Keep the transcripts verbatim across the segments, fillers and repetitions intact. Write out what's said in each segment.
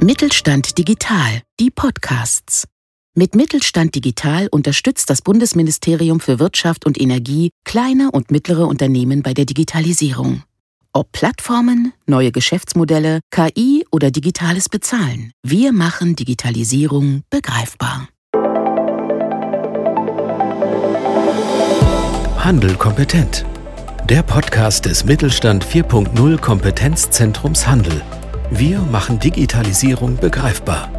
Mittelstand Digital, die Podcasts. Mit Mittelstand Digital unterstützt das Bundesministerium für Wirtschaft und Energie kleine und mittlere Unternehmen bei der Digitalisierung. Ob Plattformen, neue Geschäftsmodelle, K I oder digitales Bezahlen. Wir machen Digitalisierung begreifbar. Handel kompetent. Der Podcast des Mittelstand vier Punkt null Kompetenzzentrums Handel. Wir machen Digitalisierung begreifbar.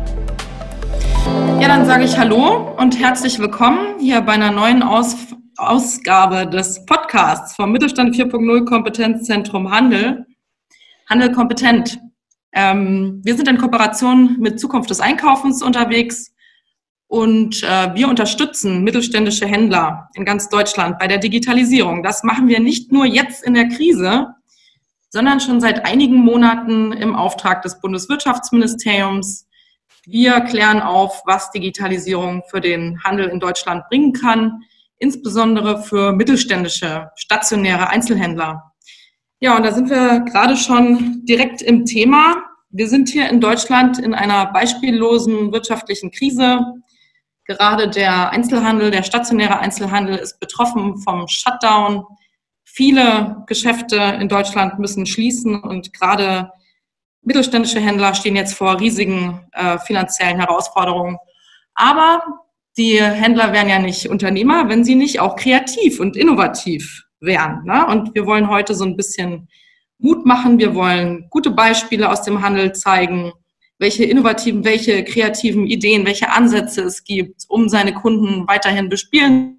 Ja, dann sage ich Hallo und herzlich willkommen hier bei einer neuen Aus- Ausgabe des Podcasts vom Mittelstand vier Punkt null Kompetenzzentrum Handel. Handel kompetent. Ähm, wir sind in Kooperation mit Zukunft des Einkaufens unterwegs und äh, wir unterstützen mittelständische Händler in ganz Deutschland bei der Digitalisierung. Das machen wir nicht nur jetzt in der Krise, sondern schon seit einigen Monaten im Auftrag des Bundeswirtschaftsministeriums. Wir klären auf, was Digitalisierung für den Handel in Deutschland bringen kann, insbesondere für mittelständische, stationäre Einzelhändler. Ja, und da sind wir gerade schon direkt im Thema. Wir sind hier in Deutschland in einer beispiellosen wirtschaftlichen Krise. Gerade der Einzelhandel, der stationäre Einzelhandel ist betroffen vom Shutdown. Viele Geschäfte in Deutschland müssen schließen und gerade mittelständische Händler stehen jetzt vor riesigen äh, finanziellen Herausforderungen. Aber die Händler wären ja nicht Unternehmer, wenn sie nicht auch kreativ und innovativ wären, ne? Und wir wollen heute so ein bisschen Mut machen. Wir wollen gute Beispiele aus dem Handel zeigen, welche innovativen, welche kreativen Ideen, welche Ansätze es gibt, um seine Kunden weiterhin bespielen,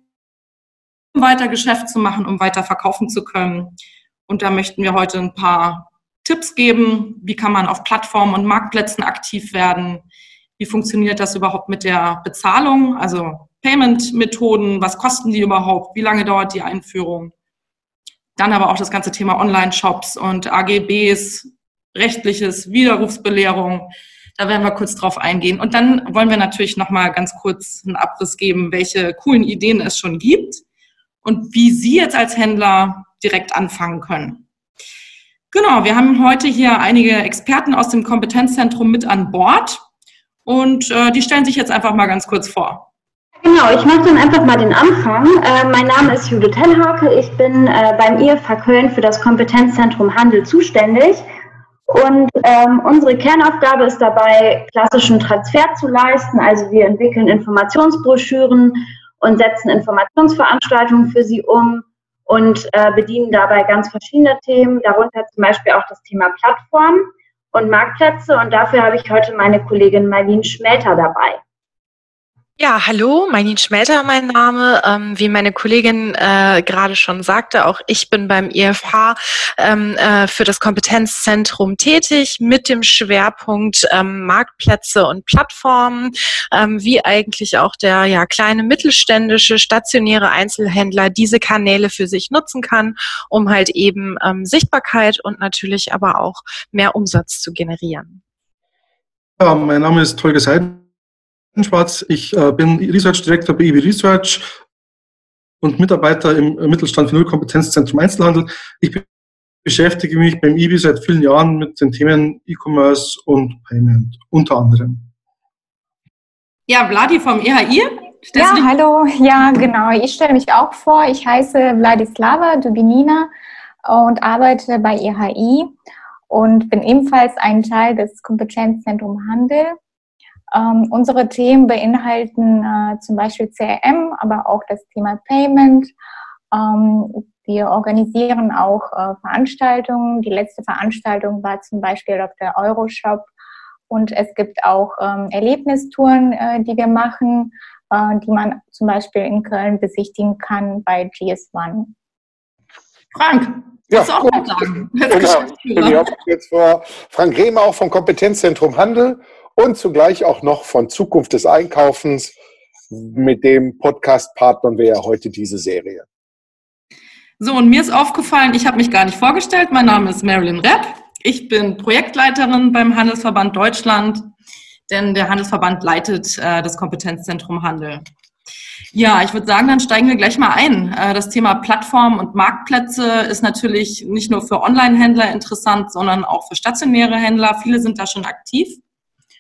um weiter Geschäft zu machen, um weiter verkaufen zu können. Und da möchten wir heute ein paar Tipps geben. Wie kann man auf Plattformen und Marktplätzen aktiv werden? Wie funktioniert das überhaupt mit der Bezahlung? Also Payment-Methoden, was kosten die überhaupt? Wie lange dauert die Einführung? Dann aber auch das ganze Thema Online-Shops und A G Bs, rechtliches, Widerrufsbelehrung. Da werden wir kurz drauf eingehen. Und dann wollen wir natürlich nochmal ganz kurz einen Abriss geben, welche coolen Ideen es schon gibt und wie Sie jetzt als Händler direkt anfangen können. Genau, wir haben heute hier einige Experten aus dem Kompetenzzentrum mit an Bord und äh, die stellen sich jetzt einfach mal ganz kurz vor. Genau, ich mache dann einfach mal den Anfang. Äh, mein Name ist Judith Hellhake, ich bin äh, beim I F H Köln für das Kompetenzzentrum Handel zuständig. Und ähm, unsere Kernaufgabe ist dabei, klassischen Transfer zu leisten. Also wir entwickeln Informationsbroschüren und setzen Informationsveranstaltungen für sie um und äh, bedienen dabei ganz verschiedene Themen, darunter zum Beispiel auch das Thema Plattform und Marktplätze. Und dafür habe ich heute meine Kollegin Marlene Schmelter dabei. Ja, hallo, Marlene Schmelter, mein Name. Ähm, wie meine Kollegin äh, gerade schon sagte, auch ich bin beim I F H ähm, äh, für das Kompetenzzentrum tätig mit dem Schwerpunkt ähm, Marktplätze und Plattformen, ähm, wie eigentlich auch der ja kleine mittelständische stationäre Einzelhändler diese Kanäle für sich nutzen kann, um halt eben ähm, Sichtbarkeit und natürlich aber auch mehr Umsatz zu generieren. Ja, mein Name ist Holger Seiden. Schwarz. Ich äh, bin Research Director bei I B Research und Mitarbeiter im Mittelstand für null Kompetenzzentrum Einzelhandel. Ich beschäftige mich beim I B seit vielen Jahren mit den Themen E-Commerce und Payment unter anderem. Ja, Vladi vom E H I. Ja, hallo. Ja, genau. Ich stelle mich auch vor. Ich heiße Vladislava Dubinina und arbeite bei E H I und bin ebenfalls ein Teil des Kompetenzzentrums Handel. Ähm, unsere Themen beinhalten äh, zum Beispiel C R M, aber auch das Thema Payment. Ähm, wir organisieren auch äh, Veranstaltungen. Die letzte Veranstaltung war zum Beispiel auf der Euroshop. Und es gibt auch ähm, Erlebnistouren, äh, die wir machen, äh, die man zum Beispiel in Köln besichtigen kann bei G S eins. Frank, ja, du auch gut. mal sagen? Genau. Ich bin ja jetzt vor Frank Rehmer, auch vom Kompetenzzentrum Handel. Und zugleich auch noch von Zukunft des Einkaufens. Mit dem Podcast partnern wir ja heute diese Serie. So, und mir ist aufgefallen, ich habe mich gar nicht vorgestellt. Mein Name ist Marilyn Repp. Ich bin Projektleiterin beim Handelsverband Deutschland, denn der Handelsverband leitet äh, das Kompetenzzentrum Handel. Ja, ich würde sagen, dann steigen wir gleich mal ein. Das Thema Plattformen und Marktplätze ist natürlich nicht nur für Online-Händler interessant, sondern auch für stationäre Händler. Viele sind da schon aktiv.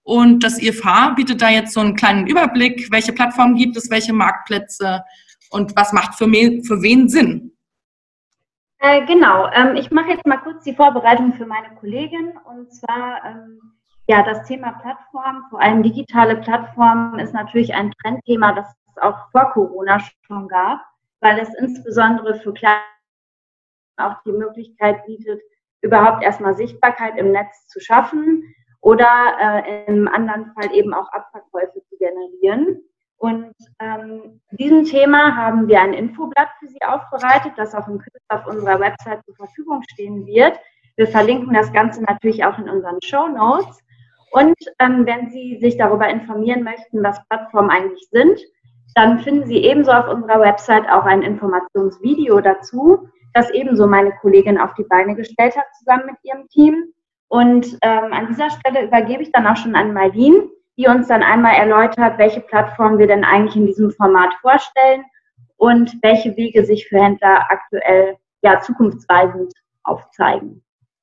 Und das I F H bietet da jetzt so einen kleinen Überblick, welche Plattformen gibt es, welche Marktplätze und was macht für, me- für wen Sinn. Äh, genau, ähm, ich mache jetzt mal kurz die Vorbereitung für meine Kollegin. Und zwar, ähm, ja, das Thema Plattform, vor allem digitale Plattformen, ist natürlich ein Trendthema, das es auch vor Corona schon gab, weil es insbesondere für Kleine auch die Möglichkeit bietet, überhaupt erstmal Sichtbarkeit im Netz zu schaffen oder äh, im anderen Fall eben auch Abverkäufe zu generieren. Und ähm, diesem Thema haben wir ein Infoblatt für Sie aufbereitet, das auch in Kürze auf unserer Website zur Verfügung stehen wird. Wir verlinken das Ganze natürlich auch in unseren Shownotes. Und ähm, wenn Sie sich darüber informieren möchten, was Plattformen eigentlich sind, dann finden Sie ebenso auf unserer Website auch ein Informationsvideo dazu, das ebenso meine Kollegin auf die Beine gestellt hat, zusammen mit ihrem Team. Und ähm, an dieser Stelle übergebe ich dann auch schon an Marlene, die uns dann einmal erläutert, welche Plattformen wir denn eigentlich in diesem Format vorstellen und welche Wege sich für Händler aktuell ja zukunftsweisend aufzeigen.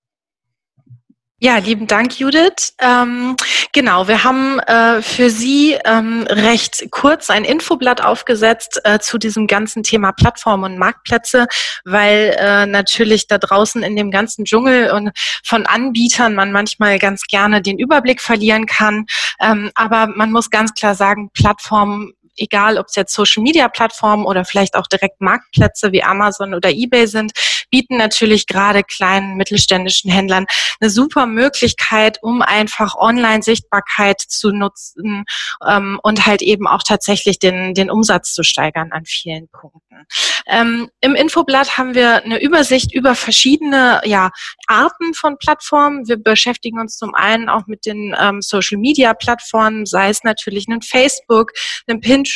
Ja, lieben Dank, Judith. Ähm, genau, wir haben äh, für Sie ähm, recht kurz ein Infoblatt aufgesetzt äh, zu diesem ganzen Thema Plattformen und Marktplätze, weil äh, natürlich da draußen in dem ganzen Dschungel und von Anbietern man manchmal ganz gerne den Überblick verlieren kann. Ähm, aber man muss ganz klar sagen, Plattformen, egal ob es jetzt Social-Media-Plattformen oder vielleicht auch direkt Marktplätze wie Amazon oder eBay sind, bieten natürlich gerade kleinen mittelständischen Händlern eine super Möglichkeit, um einfach Online-Sichtbarkeit zu nutzen ähm, und halt eben auch tatsächlich den, den Umsatz zu steigern an vielen Punkten. Ähm, Im Infoblatt haben wir eine Übersicht über verschiedene ja, Arten von Plattformen. Wir beschäftigen uns zum einen auch mit den ähm, Social-Media-Plattformen, sei es natürlich ein Facebook, ein Pinterest,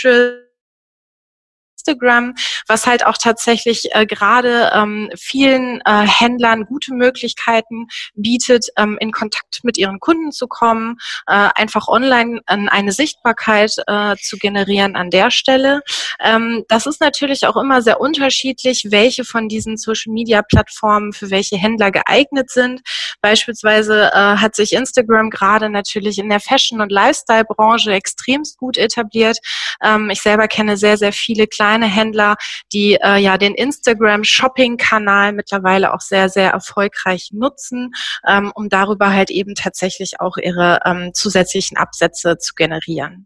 Instagram, was halt auch tatsächlich äh, gerade ähm, vielen äh, Händlern gute Möglichkeiten bietet, ähm, in Kontakt mit ihren Kunden zu kommen, äh, einfach online äh, eine Sichtbarkeit äh, zu generieren an der Stelle. Ähm, das ist natürlich auch immer sehr unterschiedlich, welche von diesen Social-Media-Plattformen für welche Händler geeignet sind. Beispielsweise äh, hat sich Instagram gerade natürlich in der Fashion- und Lifestyle-Branche extremst gut etabliert. Ähm, ich selber kenne sehr, sehr viele kleine Händler, die äh, ja den Instagram-Shopping-Kanal mittlerweile auch sehr, sehr erfolgreich nutzen, ähm, um darüber halt eben tatsächlich auch ihre ähm, zusätzlichen Absätze zu generieren.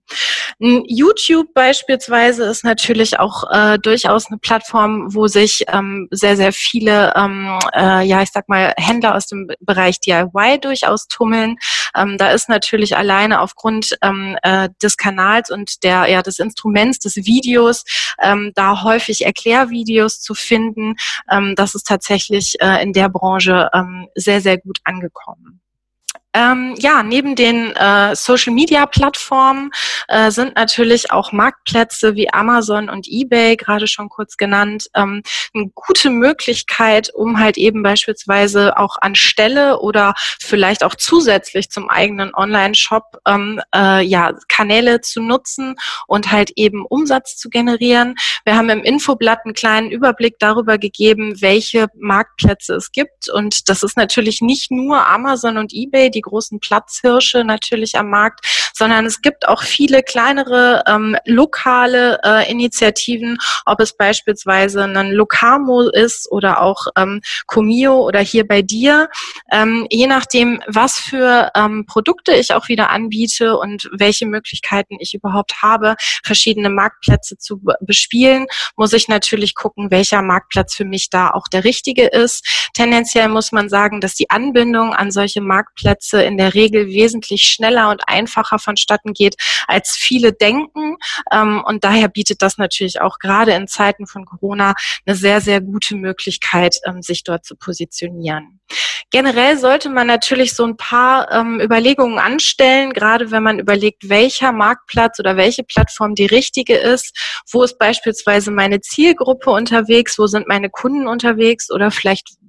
YouTube beispielsweise ist natürlich auch äh, durchaus eine Plattform, wo sich ähm, sehr, sehr viele, ähm, äh, ja, ich sag mal, Händler aus dem Bereich D I Y durchaus tummeln. Ähm, da ist natürlich alleine aufgrund ähm, äh, des Kanals und der, ja, des Instruments des Videos ähm, da häufig Erklärvideos zu finden. Ähm, das ist tatsächlich äh, in der Branche ähm, sehr, sehr gut angekommen. Ähm, ja, neben den äh, Social-Media-Plattformen äh, sind natürlich auch Marktplätze wie Amazon und eBay, gerade schon kurz genannt, ähm, eine gute Möglichkeit, um halt eben beispielsweise auch anstelle oder vielleicht auch zusätzlich zum eigenen Online-Shop ähm, äh, ja, Kanäle zu nutzen und halt eben Umsatz zu generieren. Wir haben im Infoblatt einen kleinen Überblick darüber gegeben, welche Marktplätze es gibt, und das ist natürlich nicht nur Amazon und eBay, die großen Platzhirsche natürlich am Markt, sondern es gibt auch viele kleinere ähm, lokale äh, Initiativen, ob es beispielsweise ein Lokamo ist oder auch ähm, Comio oder hier bei dir. Ähm, je nachdem, was für ähm, Produkte ich auch wieder anbiete und welche Möglichkeiten ich überhaupt habe, verschiedene Marktplätze zu be- bespielen, muss ich natürlich gucken, welcher Marktplatz für mich da auch der richtige ist. Tendenziell muss man sagen, dass die Anbindung an solche Marktplätze in der Regel wesentlich schneller und einfacher vonstatten geht, als viele denken. Und daher bietet das natürlich auch gerade in Zeiten von Corona eine sehr, sehr gute Möglichkeit, sich dort zu positionieren. Generell sollte man natürlich so ein paar ähm, Überlegungen anstellen, gerade wenn man überlegt, welcher Marktplatz oder welche Plattform die richtige ist. Wo ist beispielsweise meine Zielgruppe unterwegs? Wo sind meine Kunden unterwegs? Oder vielleicht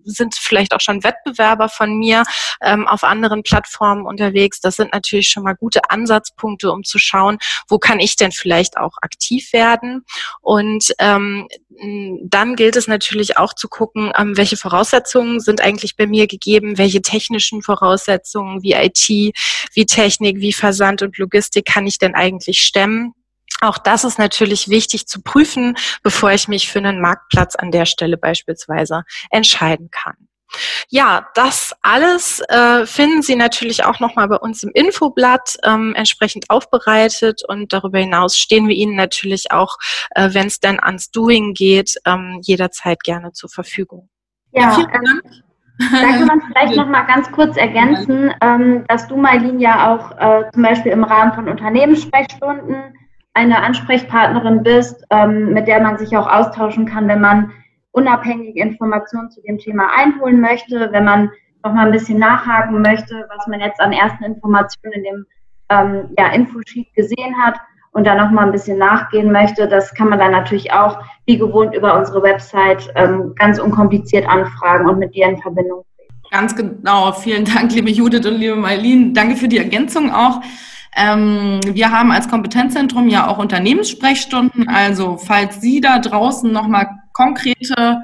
sind vielleicht auch schon Wettbewerber von mir ähm, auf anderen Plattformen unterwegs. Das sind natürlich schon mal gute Ansatzpunkte, um zu schauen, wo kann ich denn vielleicht auch aktiv werden. Und ähm, dann gilt es natürlich auch zu gucken, ähm, welche Voraussetzungen sind eigentlich bei mir gegeben, welche technischen Voraussetzungen wie I T, wie Technik, wie Versand und Logistik kann ich denn eigentlich stemmen. Auch das ist natürlich wichtig zu prüfen, bevor ich mich für einen Marktplatz an der Stelle beispielsweise entscheiden kann. Ja, das alles äh, finden Sie natürlich auch nochmal bei uns im Infoblatt ähm, entsprechend aufbereitet, und darüber hinaus stehen wir Ihnen natürlich auch, äh, wenn es denn ans Doing geht, ähm, jederzeit gerne zur Verfügung. Ja, vielen Dank. Da kann man vielleicht noch mal ganz kurz ergänzen, ähm, dass du, Maylin, ja auch äh, zum Beispiel im Rahmen von Unternehmenssprechstunden eine Ansprechpartnerin bist, ähm, mit der man sich auch austauschen kann, wenn man unabhängige Informationen zu dem Thema einholen möchte, wenn man noch mal ein bisschen nachhaken möchte, was man jetzt an ersten Informationen in dem ähm, ja, Infosheet gesehen hat und dann noch mal ein bisschen nachgehen möchte. Das kann man dann natürlich auch wie gewohnt über unsere Website ähm, ganz unkompliziert anfragen und mit dir in Verbindung treten. Ganz genau. Vielen Dank, liebe Judith und liebe Maylin. Danke für die Ergänzung auch. Ähm, wir haben als Kompetenzzentrum ja auch Unternehmenssprechstunden. Also falls Sie da draußen nochmal konkrete,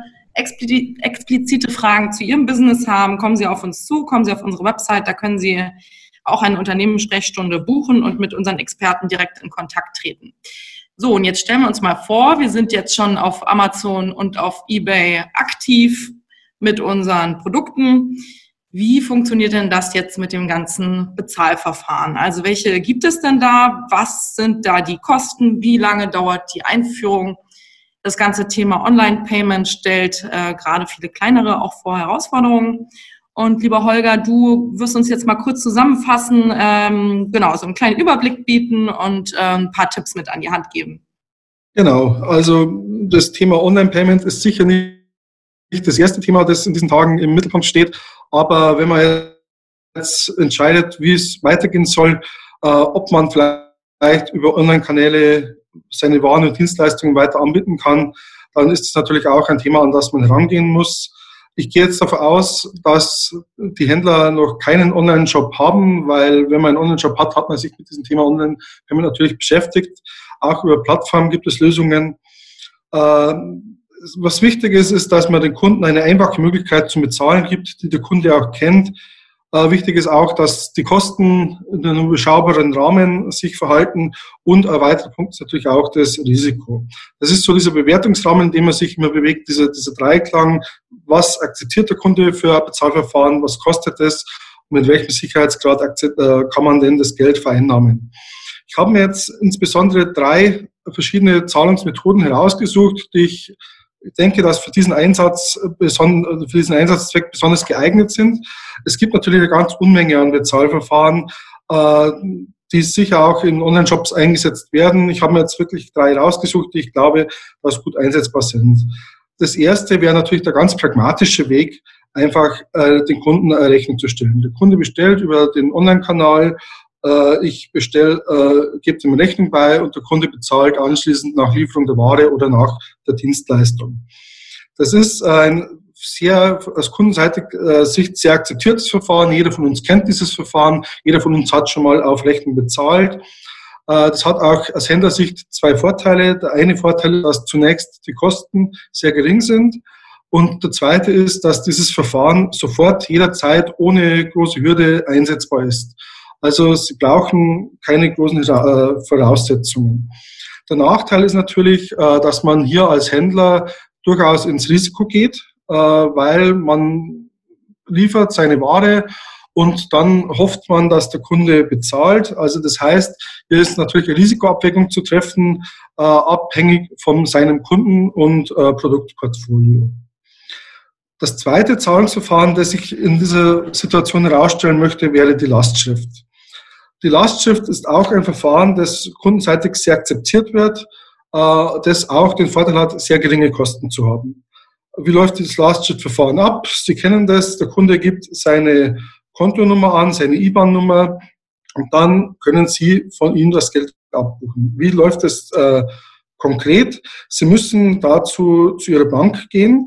explizite Fragen zu Ihrem Business haben, kommen Sie auf uns zu, kommen Sie auf unsere Website. Da können Sie auch eine Unternehmenssprechstunde buchen und mit unseren Experten direkt in Kontakt treten. So, und jetzt stellen wir uns mal vor, wir sind jetzt schon auf Amazon und auf eBay aktiv mit unseren Produkten. Wie funktioniert denn das jetzt mit dem ganzen Bezahlverfahren? Also welche gibt es denn da? Was sind da die Kosten? Wie lange dauert die Einführung? Das ganze Thema Online-Payment stellt äh, gerade viele kleinere auch vor Herausforderungen. Und lieber Holger, du wirst uns jetzt mal kurz zusammenfassen, ähm, genau, so einen kleinen Überblick bieten und äh, ein paar Tipps mit an die Hand geben. Genau, also das Thema Online-Payment ist sicher nicht das erste Thema, das in diesen Tagen im Mittelpunkt steht. Aber wenn man jetzt entscheidet, wie es weitergehen soll, äh, ob man vielleicht über Online-Kanäle seine Waren und Dienstleistungen weiter anbieten kann, dann ist es natürlich auch ein Thema, an das man herangehen muss. Ich gehe jetzt davon aus, dass die Händler noch keinen Online-Shop haben, weil wenn man einen Online-Shop hat, hat man sich mit diesem Thema Online-Payment natürlich beschäftigt. Auch über Plattformen gibt es Lösungen. Äh, Was wichtig ist, ist, dass man den Kunden eine einfache Möglichkeit zum Bezahlen gibt, die der Kunde auch kennt. Äh, wichtig ist auch, dass die Kosten in einem überschaubaren Rahmen sich verhalten, und ein weiterer Punkt ist natürlich auch das Risiko. Das ist so dieser Bewertungsrahmen, in dem man sich immer bewegt, dieser, dieser Dreiklang. Was akzeptiert der Kunde für ein Bezahlverfahren? Was kostet es? Und mit welchem Sicherheitsgrad äh, kann man denn das Geld vereinnahmen? Ich habe mir jetzt insbesondere drei verschiedene Zahlungsmethoden herausgesucht, die ich Ich denke, dass für diesen Einsatz, für diesen Einsatzzweck besonders geeignet sind. Es gibt natürlich eine ganz Unmenge an Bezahlverfahren, die sicher auch in Online-Shops eingesetzt werden. Ich habe mir jetzt wirklich drei rausgesucht, die ich glaube, dass gut einsetzbar sind. Das erste wäre natürlich der ganz pragmatische Weg, einfach den Kunden eine Rechnung zu stellen. Der Kunde bestellt über den Online-Kanal, ich bestelle, äh, gebe dem Rechnung bei, und der Kunde bezahlt anschließend nach Lieferung der Ware oder nach der Dienstleistung. Das ist ein sehr, aus Kundenseite Sicht sehr akzeptiertes Verfahren. Jeder von uns kennt dieses Verfahren. Jeder von uns hat schon mal auf Rechnung bezahlt. Äh, das hat auch aus Händlersicht zwei Vorteile. Der eine Vorteil ist, dass zunächst die Kosten sehr gering sind. Und der zweite ist, dass dieses Verfahren sofort jederzeit ohne große Hürde einsetzbar ist. Also Sie brauchen keine großen Voraussetzungen. Der Nachteil ist natürlich, dass man hier als Händler durchaus ins Risiko geht, weil man liefert seine Ware und dann hofft man, dass der Kunde bezahlt. Also das heißt, hier ist natürlich eine Risikoabwägung zu treffen, abhängig von seinem Kunden- und Produktportfolio. Das zweite Zahlungsverfahren, das ich in dieser Situation herausstellen möchte, wäre die Lastschrift. Die Lastschrift ist auch ein Verfahren, das kundenseitig sehr akzeptiert wird, das auch den Vorteil hat, sehr geringe Kosten zu haben. Wie läuft dieses Lastschriftverfahren ab? Sie kennen das, der Kunde gibt seine Kontonummer an, seine I B A N-Nummer, und dann können Sie von ihm das Geld abbuchen. Wie läuft das äh, konkret? Sie müssen dazu zu Ihrer Bank gehen.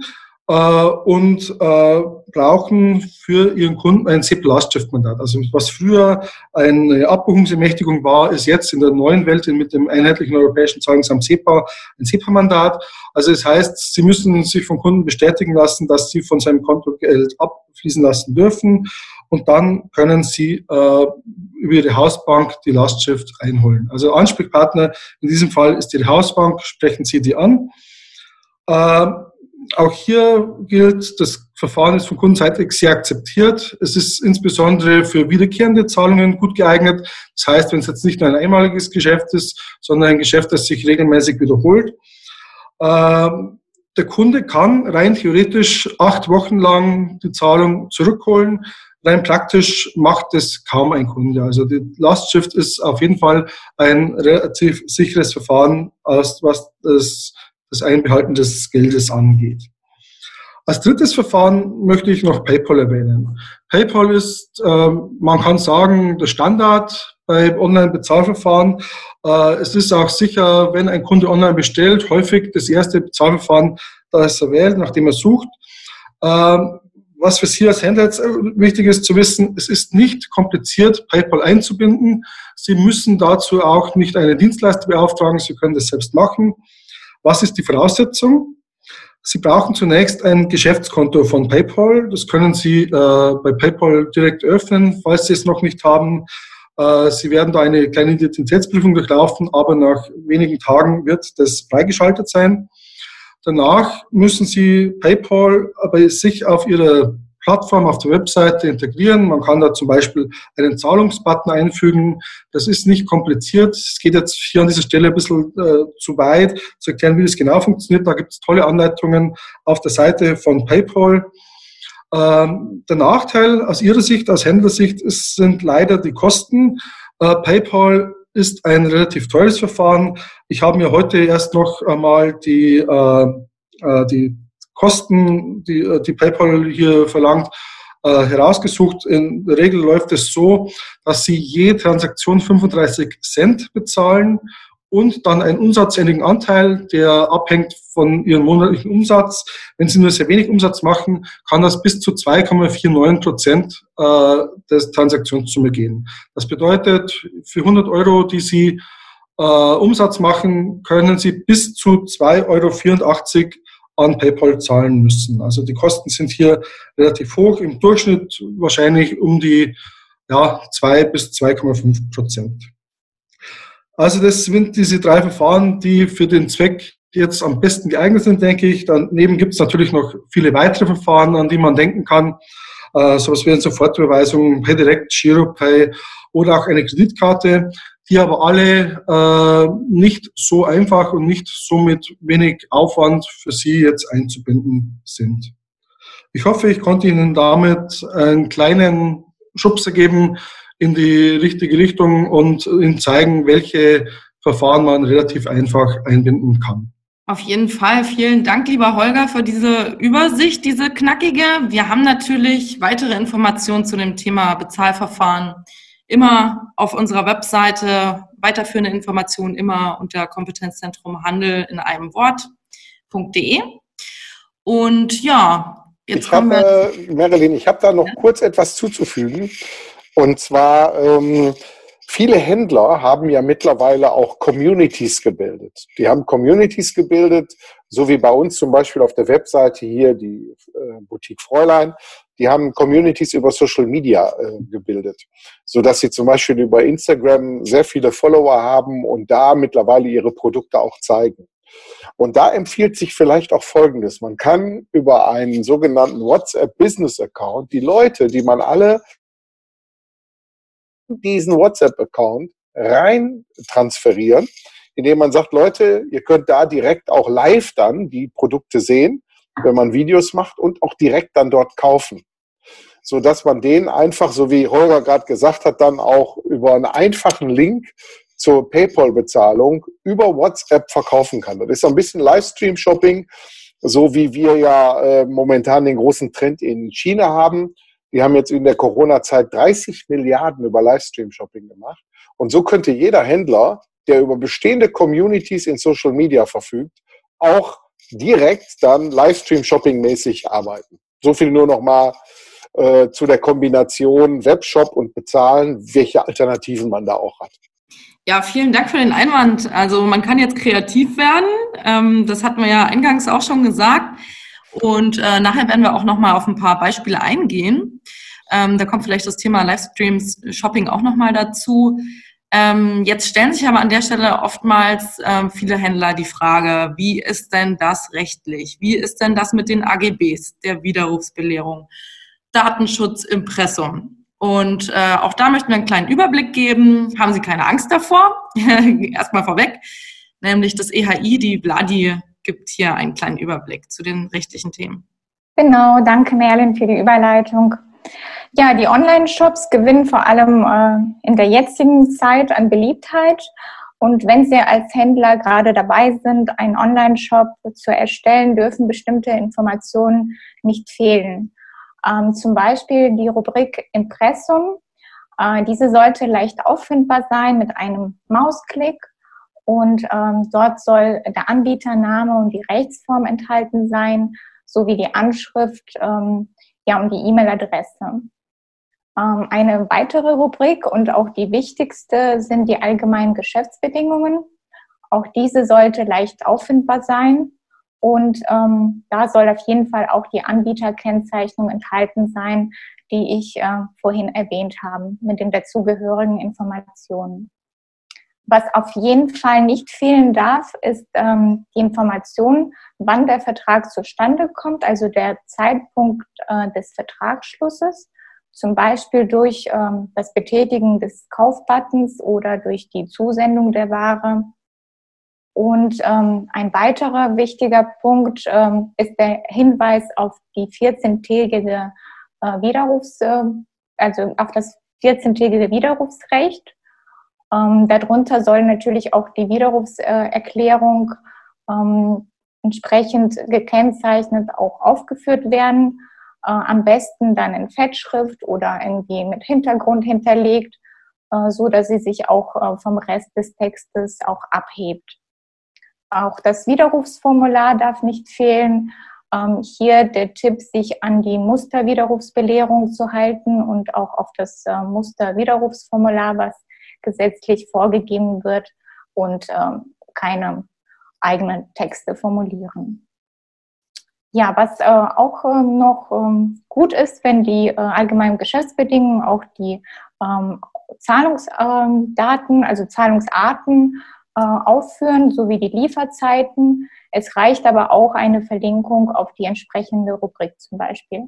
äh, und äh, brauchen für ihren Kunden ein SEPA-Lastschriftmandat. Also was früher eine Abbuchungsermächtigung war, ist jetzt in der neuen Welt mit dem einheitlichen europäischen Zahlungsamt SEPA ein SEPA-Mandat. Also das heißt, Sie müssen sich vom Kunden bestätigen lassen, dass Sie von seinem Konto Geld abfließen lassen dürfen. Und dann können Sie äh, über Ihre Hausbank die Lastschrift einholen. Also Ansprechpartner in diesem Fall ist Ihre Hausbank, sprechen Sie die an. Äh, auch hier gilt, das Verfahren ist von Kundenseite sehr akzeptiert. Es ist insbesondere für wiederkehrende Zahlungen gut geeignet. Das heißt, wenn es jetzt nicht nur ein einmaliges Geschäft ist, sondern ein Geschäft, das sich regelmäßig wiederholt. Äh, der Kunde kann rein theoretisch acht Wochen lang die Zahlung zurückholen. Rein praktisch macht es kaum ein Kunde. Also die Lastschrift ist auf jeden Fall ein relativ sicheres Verfahren, was das, das Einbehalten des Geldes angeht. Als drittes Verfahren möchte ich noch PayPal erwähnen. PayPal ist, äh, man kann sagen, der Standard bei Online-Bezahlverfahren. Äh, es ist auch sicher, wenn ein Kunde online bestellt, häufig das erste Bezahlverfahren, das er wählt, nachdem er sucht. Äh, Was für Sie als Händler jetzt wichtig ist zu wissen, es ist nicht kompliziert, PayPal einzubinden. Sie müssen dazu auch nicht einen Dienstleister beauftragen, Sie können das selbst machen. Was ist die Voraussetzung? Sie brauchen zunächst ein Geschäftskonto von PayPal. Das können Sie äh, bei PayPal direkt öffnen, falls Sie es noch nicht haben. Äh, Sie werden da eine kleine Identitätsprüfung durchlaufen, aber nach wenigen Tagen wird das freigeschaltet sein. Danach müssen Sie PayPal bei sich auf Ihrer Plattform, auf der Webseite integrieren. Man kann da zum Beispiel einen Zahlungsbutton einfügen. Das ist nicht kompliziert. Es geht jetzt hier an dieser Stelle ein bisschen äh, zu weit, zu erklären, wie das genau funktioniert. Da gibt es tolle Anleitungen auf der Seite von PayPal. Ähm, der Nachteil aus Ihrer Sicht, aus Händlersicht, ist, sind leider die Kosten. Äh, PayPal ist ein relativ teures Verfahren. Ich habe mir heute erst noch einmal die, äh, die Kosten, die, die PayPal hier verlangt, äh, herausgesucht. In der Regel läuft es so, dass Sie je Transaktion fünfunddreißig Cent bezahlen und dann einen umsatzähnlichen Anteil, der abhängt von Ihrem monatlichen Umsatz. Wenn Sie nur sehr wenig Umsatz machen, kann das bis zu zwei Komma neunundvierzig Prozent äh, des Transaktionssumme gehen. Das bedeutet, für hundert Euro, die Sie äh, Umsatz machen, können Sie bis zu zwei Komma vierundachtzig Euro an PayPal zahlen müssen. Also die Kosten sind hier relativ hoch, im Durchschnitt wahrscheinlich um die ja, zwei bis zwei Komma fünf Prozent. Also das sind diese drei Verfahren, die für den Zweck jetzt am besten geeignet sind, denke ich. Daneben gibt es natürlich noch viele weitere Verfahren, an die man denken kann. Äh, sowas wie eine Sofortüberweisung, PayDirect, GiroPay oder auch eine Kreditkarte, die aber alle äh, nicht so einfach und nicht so mit wenig Aufwand für Sie jetzt einzubinden sind. Ich hoffe, ich konnte Ihnen damit einen kleinen Schubser geben in die richtige Richtung und Ihnen zeigen, welche Verfahren man relativ einfach einbinden kann. Auf jeden Fall. Vielen Dank, lieber Holger, für diese Übersicht, diese knackige. Wir haben natürlich weitere Informationen zu dem Thema Bezahlverfahren immer auf unserer Webseite, weiterführende Informationen immer unter Kompetenzzentrum Handel in einem Wort.de. Und ja, jetzt ich kommen habe, wir... Marilyn, ich habe da noch ja? kurz etwas zuzufügen. Und zwar, ähm, viele Händler haben ja mittlerweile auch Communities gebildet. Die haben Communities gebildet, so wie bei uns zum Beispiel auf der Webseite hier, die äh, Boutique Fräulein. Die haben Communities über Social Media äh, gebildet, sodass sie zum Beispiel über Instagram sehr viele Follower haben und da mittlerweile ihre Produkte auch zeigen. Und da empfiehlt sich vielleicht auch Folgendes. Man kann über einen sogenannten WhatsApp-Business-Account die Leute, die man alle diesen WhatsApp-Account rein transferieren, indem man sagt, Leute, ihr könnt da direkt auch live dann die Produkte sehen, wenn man Videos macht und auch direkt dann dort kaufen. So dass man denen einfach, so wie Holger gerade gesagt hat, dann auch über einen einfachen Link zur PayPal-Bezahlung über WhatsApp verkaufen kann. Das ist so ein bisschen Livestream-Shopping, so wie wir ja äh, momentan den großen Trend in China haben. Die haben jetzt in der Corona-Zeit dreißig Milliarden über Livestream-Shopping gemacht. Und so könnte jeder Händler, der über bestehende Communities in Social Media verfügt, auch direkt dann Livestream-Shopping-mäßig arbeiten. So viel nur noch mal äh, zu der Kombination Webshop und Bezahlen, welche Alternativen man da auch hat. Ja, vielen Dank für den Einwand. Also man kann jetzt kreativ werden. Ähm, das hatten wir ja eingangs auch schon gesagt. Und äh, nachher werden wir auch noch mal auf ein paar Beispiele eingehen. Ähm, da kommt vielleicht das Thema Livestreams, Shopping auch noch mal dazu. Ähm, jetzt stellen sich aber an der Stelle oftmals ähm, viele Händler die Frage, wie ist denn das rechtlich? Wie ist denn das mit den A G Bs, der Widerrufsbelehrung, Datenschutz, Impressum? Und äh, auch da möchten wir einen kleinen Überblick geben. Haben Sie keine Angst davor? Erstmal vorweg, nämlich das E H I, die Vladi, gibt hier einen kleinen Überblick zu den rechtlichen Themen. Genau, danke Merlin für die Überleitung. Ja, die Online-Shops gewinnen vor allem äh, in der jetzigen Zeit an Beliebtheit. Und wenn Sie als Händler gerade dabei sind, einen Online-Shop zu erstellen, dürfen bestimmte Informationen nicht fehlen. Ähm, zum Beispiel die Rubrik Impressum. Äh, diese sollte leicht auffindbar sein mit einem Mausklick. Und ähm, dort soll der Anbietername und die Rechtsform enthalten sein, sowie die Anschrift ähm, ja, und die E-Mail-Adresse. Ähm, eine weitere Rubrik und auch die wichtigste sind die allgemeinen Geschäftsbedingungen. Auch diese sollte leicht auffindbar sein. Und ähm, da soll auf jeden Fall auch die Anbieterkennzeichnung enthalten sein, die ich äh, vorhin erwähnt habe, mit den dazugehörigen Informationen. Was auf jeden Fall nicht fehlen darf, ist ähm, die Information, wann der Vertrag zustande kommt, also der Zeitpunkt äh, des Vertragsschlusses, zum Beispiel durch ähm, das Betätigen des Kaufbuttons oder durch die Zusendung der Ware. Und ähm, ein weiterer wichtiger Punkt ähm, ist der Hinweis auf die vierzehntägige äh, Widerrufs, äh, also auf das vierzehntägige Widerrufsrecht. Ähm, darunter soll natürlich auch die Widerrufserklärung ähm, entsprechend gekennzeichnet auch aufgeführt werden. Äh, am besten dann in Fettschrift oder irgendwie mit Hintergrund hinterlegt, äh, so dass sie sich auch äh, vom Rest des Textes auch abhebt. Auch das Widerrufsformular darf nicht fehlen. Ähm, hier der Tipp, sich an die Musterwiderrufsbelehrung zu halten und auch auf das äh, Musterwiderrufsformular, was gesetzlich vorgegeben wird, und ähm, keine eigenen Texte formulieren. Ja, was äh, auch äh, noch ähm, gut ist, wenn die äh, allgemeinen Geschäftsbedingungen auch die ähm, Zahlungsdaten, ähm, also Zahlungsarten äh, aufführen, sowie die Lieferzeiten. Es reicht aber auch eine Verlinkung auf die entsprechende Rubrik zum Beispiel.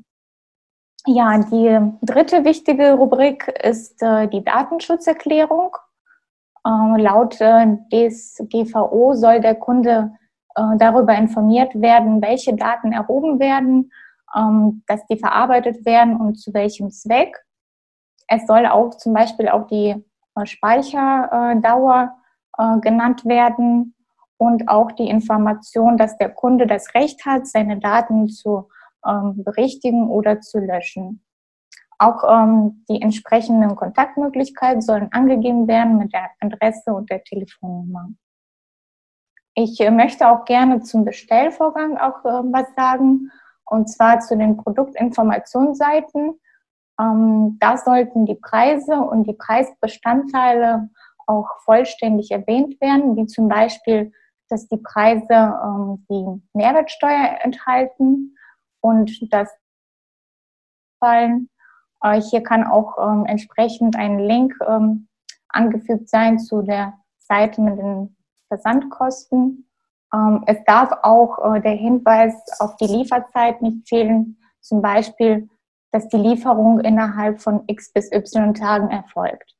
Ja, die dritte wichtige Rubrik ist äh, die Datenschutzerklärung. Äh, laut äh, D S G V O soll der Kunde äh, darüber informiert werden, welche Daten erhoben werden, ähm, dass die verarbeitet werden und zu welchem Zweck. Es soll auch zum Beispiel auch die äh, Speicherdauer äh, genannt werden und auch die Information, dass der Kunde das Recht hat, seine Daten zu berichtigen oder zu löschen. Auch ähm, die entsprechenden Kontaktmöglichkeiten sollen angegeben werden mit der Adresse und der Telefonnummer. Ich äh, möchte auch gerne zum Bestellvorgang auch äh, was sagen, und zwar zu den Produktinformationsseiten. Ähm, da sollten die Preise und die Preisbestandteile auch vollständig erwähnt werden, wie zum Beispiel, dass die Preise ähm, die Mehrwertsteuer enthalten, und das fallen. Äh, hier kann auch ähm, entsprechend ein Link ähm, angefügt sein zu der Seite mit den Versandkosten. Ähm, es darf auch äh, der Hinweis auf die Lieferzeit nicht fehlen, zum Beispiel, dass die Lieferung innerhalb von x bis y Tagen erfolgt.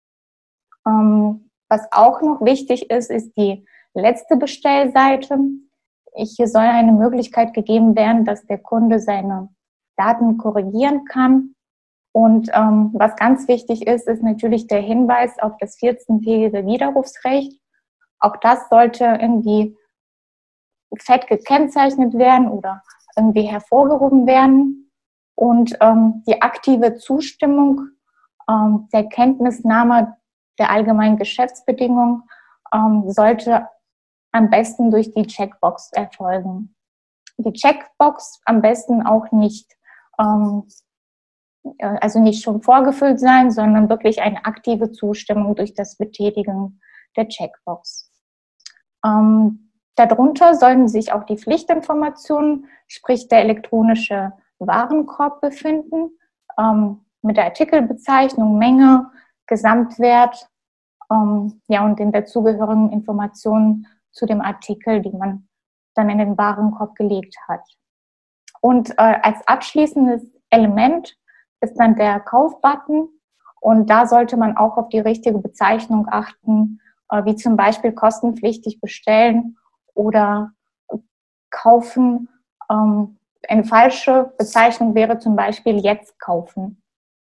Ähm, was auch noch wichtig ist, ist die letzte Bestellseite. Hier soll eine Möglichkeit gegeben werden, dass der Kunde seine Daten korrigieren kann. Und ähm, was ganz wichtig ist, ist natürlich der Hinweis auf das vierzehntägige Widerrufsrecht. Auch das sollte irgendwie fett gekennzeichnet werden oder irgendwie hervorgehoben werden. Und ähm, die aktive Zustimmung ähm, der Kenntnisnahme der allgemeinen Geschäftsbedingungen ähm, sollte am besten durch die Checkbox erfolgen. Die Checkbox am besten auch nicht, ähm, also nicht schon vorgefüllt sein, sondern wirklich eine aktive Zustimmung durch das Betätigen der Checkbox. Ähm, darunter sollten sich auch die Pflichtinformationen, sprich der elektronische Warenkorb befinden, ähm, mit der Artikelbezeichnung, Menge, Gesamtwert, ähm, ja, und den dazugehörigen Informationen zu dem Artikel, die man dann in den Warenkorb gelegt hat. Und äh, als abschließendes Element ist dann der Kaufbutton, und da sollte man auch auf die richtige Bezeichnung achten, äh, wie zum Beispiel kostenpflichtig bestellen oder kaufen. Ähm, eine falsche Bezeichnung wäre zum Beispiel jetzt kaufen.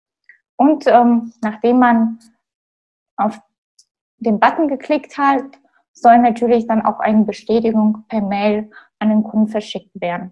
Und ähm, nachdem man auf den Button geklickt hat, soll natürlich dann auch eine Bestätigung per Mail an den Kunden verschickt werden.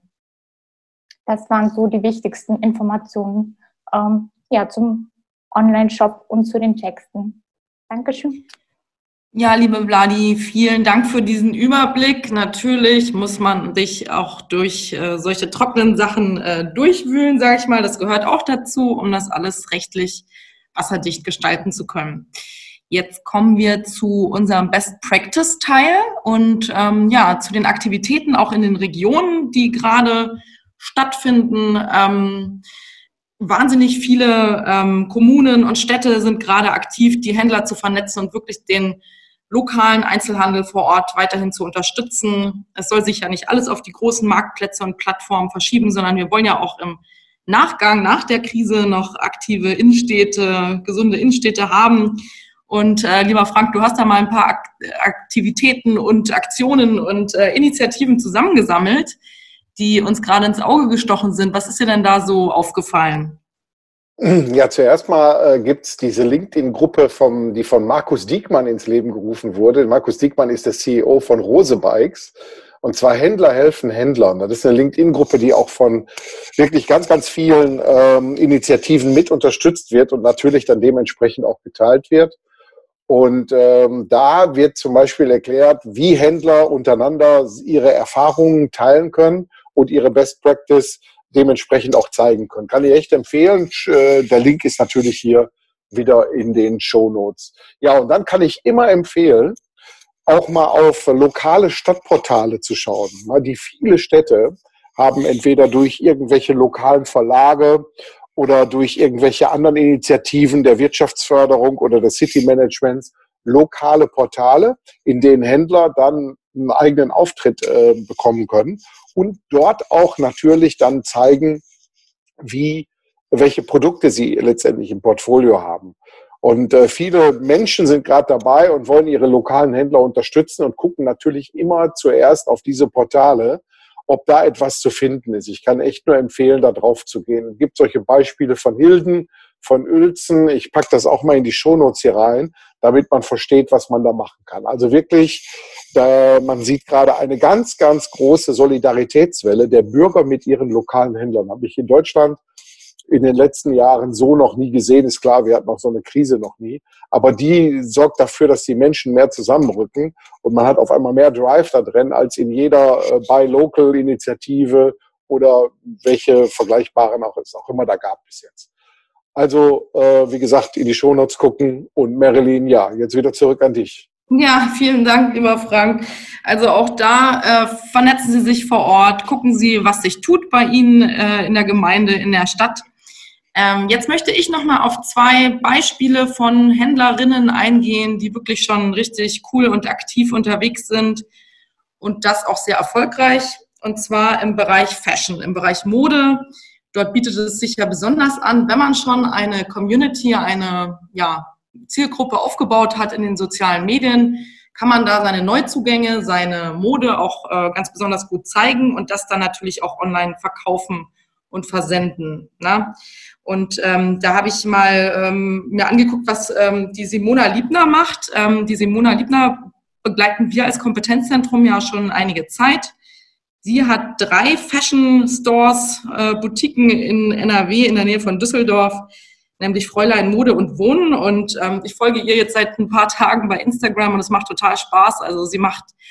Das waren so die wichtigsten Informationen ähm, ja, zum Online-Shop und zu den Texten. Dankeschön. Ja, liebe Vladi, vielen Dank für diesen Überblick. Natürlich muss man sich auch durch äh, solche trockenen Sachen äh, durchwühlen, sage ich mal. Das gehört auch dazu, um das alles rechtlich wasserdicht gestalten zu können. Jetzt kommen wir zu unserem Best-Practice-Teil und ähm, ja, zu den Aktivitäten auch in den Regionen, die gerade stattfinden. Ähm, wahnsinnig viele ähm, Kommunen und Städte sind gerade aktiv, die Händler zu vernetzen und wirklich den lokalen Einzelhandel vor Ort weiterhin zu unterstützen. Es soll sich ja nicht alles auf die großen Marktplätze und Plattformen verschieben, sondern wir wollen ja auch im Nachgang, nach der Krise noch aktive Innenstädte, gesunde Innenstädte haben. Und äh, lieber Frank, du hast da mal ein paar Ak- Aktivitäten und Aktionen und äh, Initiativen zusammengesammelt, die uns gerade ins Auge gestochen sind. Was ist dir denn da so aufgefallen? Ja, zuerst mal äh, gibt es diese LinkedIn-Gruppe, vom, die von Markus Diekmann ins Leben gerufen wurde. Markus Diekmann ist der C E O von Rose Bikes. Und zwar Händler helfen Händlern. Das ist eine LinkedIn-Gruppe, die auch von wirklich ganz, ganz vielen ähm, Initiativen mit unterstützt wird und natürlich dann dementsprechend auch geteilt wird. Und ähm, da wird zum Beispiel erklärt, wie Händler untereinander ihre Erfahrungen teilen können und ihre Best Practice dementsprechend auch zeigen können. Kann ich echt empfehlen. Der Link ist natürlich hier wieder in den Shownotes. Ja, und dann kann ich immer empfehlen, auch mal auf lokale Stadtportale zu schauen. Die viele Städte haben entweder durch irgendwelche lokalen Verlage oder durch irgendwelche anderen Initiativen der Wirtschaftsförderung oder des City Managements lokale Portale, in denen Händler dann einen eigenen Auftritt äh, bekommen können und dort auch natürlich dann zeigen, wie, welche Produkte sie letztendlich im Portfolio haben. Und äh, viele Menschen sind gerade dabei und wollen ihre lokalen Händler unterstützen und gucken natürlich immer zuerst auf diese Portale, ob da etwas zu finden ist. Ich kann echt nur empfehlen, da drauf zu gehen. Es gibt solche Beispiele von Hilden, von Uelzen. Ich packe das auch mal in die Shownotes hier rein, damit man versteht, was man da machen kann. Also wirklich, da, man sieht gerade eine ganz, ganz große Solidaritätswelle der Bürger mit ihren lokalen Händlern. Habe ich in Deutschland in den letzten Jahren so noch nie gesehen. Ist klar, wir hatten auch so eine Krise noch nie. Aber die sorgt dafür, dass die Menschen mehr zusammenrücken. Und man hat auf einmal mehr Drive da drin, als in jeder äh, Buy-Local-Initiative oder welche vergleichbaren auch es auch immer da gab bis jetzt. Also, äh, wie gesagt, in die Shownotes gucken. Und Marilyn, ja, jetzt wieder zurück an dich. Ja, vielen Dank, lieber Frank. Also auch da äh, vernetzen Sie sich vor Ort, gucken Sie, was sich tut bei Ihnen äh, in der Gemeinde, in der Stadt. Ähm, jetzt möchte ich nochmal auf zwei Beispiele von Händlerinnen eingehen, die wirklich schon richtig cool und aktiv unterwegs sind und das auch sehr erfolgreich. Und zwar im Bereich Fashion, im Bereich Mode. Dort bietet es sich ja besonders an, wenn man schon eine Community, eine ja, Zielgruppe aufgebaut hat in den sozialen Medien, kann man da seine Neuzugänge, seine Mode auch äh, ganz besonders gut zeigen und das dann natürlich auch online verkaufen und versenden. Ne? Und ähm, da habe ich mal ähm, mir angeguckt, was ähm, die Simona Liebner macht. Ähm, die Simona Liebner begleiten wir als Kompetenzzentrum ja schon einige Zeit. Sie hat drei Fashion Stores, äh, Boutiquen in N R W, in der Nähe von Düsseldorf, nämlich Fräulein Mode und Wohnen. Und ähm, ich folge ihr jetzt seit ein paar Tagen bei Instagram und es macht total Spaß. Also sie macht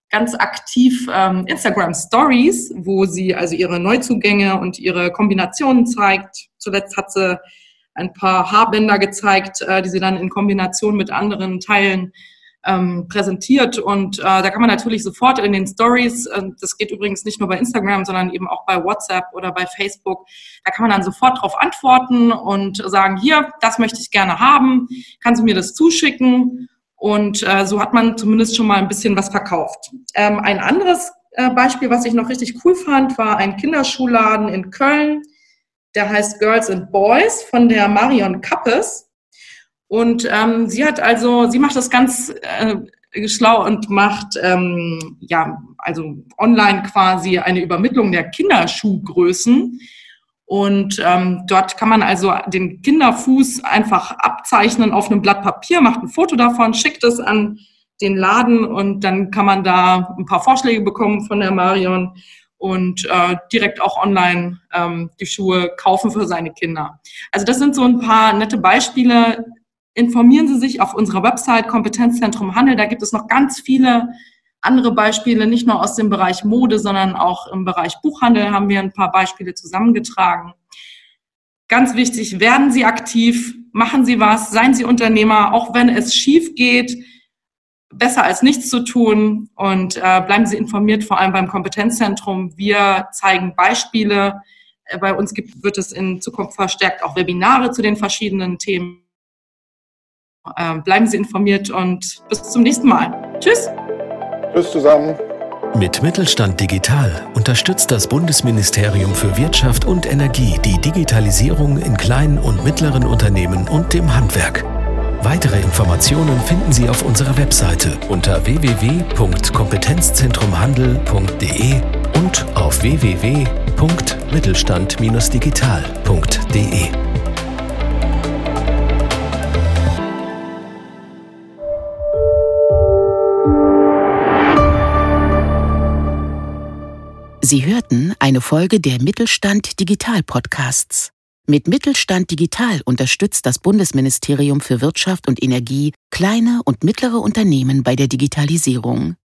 ganz aktiv ähm, Instagram Stories, wo sie also ihre Neuzugänge und ihre Kombinationen zeigt. Zuletzt hat sie ein paar Haarbänder gezeigt, äh, die sie dann in Kombination mit anderen Teilen ähm, präsentiert. Und äh, da kann man natürlich sofort in den Stories, äh, das geht übrigens nicht nur bei Instagram, sondern eben auch bei WhatsApp oder bei Facebook, da kann man dann sofort darauf antworten und sagen, hier, das möchte ich gerne haben, kannst du mir das zuschicken? Und äh, so hat man zumindest schon mal ein bisschen was verkauft. Ähm, ein anderes äh, Beispiel, was ich noch richtig cool fand, war ein Kinderschuhladen in Köln, der heißt Girls and Boys von der Marion Kappes. Und ähm, sie hat also, sie macht das ganz äh, schlau und macht ähm, ja also online quasi eine Übermittlung der Kinderschuhgrößen. Und ähm, dort kann man also den Kinderfuß einfach abzeichnen auf einem Blatt Papier, macht ein Foto davon, schickt es an den Laden und dann kann man da ein paar Vorschläge bekommen von der Marion und äh, direkt auch online ähm, die Schuhe kaufen für seine Kinder. Also das sind so ein paar nette Beispiele. Informieren Sie sich auf unserer Website Kompetenzzentrum Handel. Da gibt es noch ganz viele andere Beispiele, nicht nur aus dem Bereich Mode, sondern auch im Bereich Buchhandel haben wir ein paar Beispiele zusammengetragen. Ganz wichtig, werden Sie aktiv, machen Sie was, seien Sie Unternehmer, auch wenn es schief geht. Besser als nichts zu tun und äh, bleiben Sie informiert, vor allem beim Kompetenzzentrum. Wir zeigen Beispiele. Äh, bei uns gibt, wird es in Zukunft verstärkt auch Webinare zu den verschiedenen Themen. Äh, bleiben Sie informiert und bis zum nächsten Mal. Tschüss. Tschüss zusammen. Mit Mittelstand Digital unterstützt das Bundesministerium für Wirtschaft und Energie die Digitalisierung in kleinen und mittleren Unternehmen und dem Handwerk. Weitere Informationen finden Sie auf unserer Webseite unter w w w punkt kompetenzzentrum-handel punkt d e und auf w w w punkt mittelstand digital punkt d e. Sie hörten eine Folge der Mittelstand Digital Podcasts. Mit Mittelstand Digital unterstützt das Bundesministerium für Wirtschaft und Energie kleine und mittlere Unternehmen bei der Digitalisierung.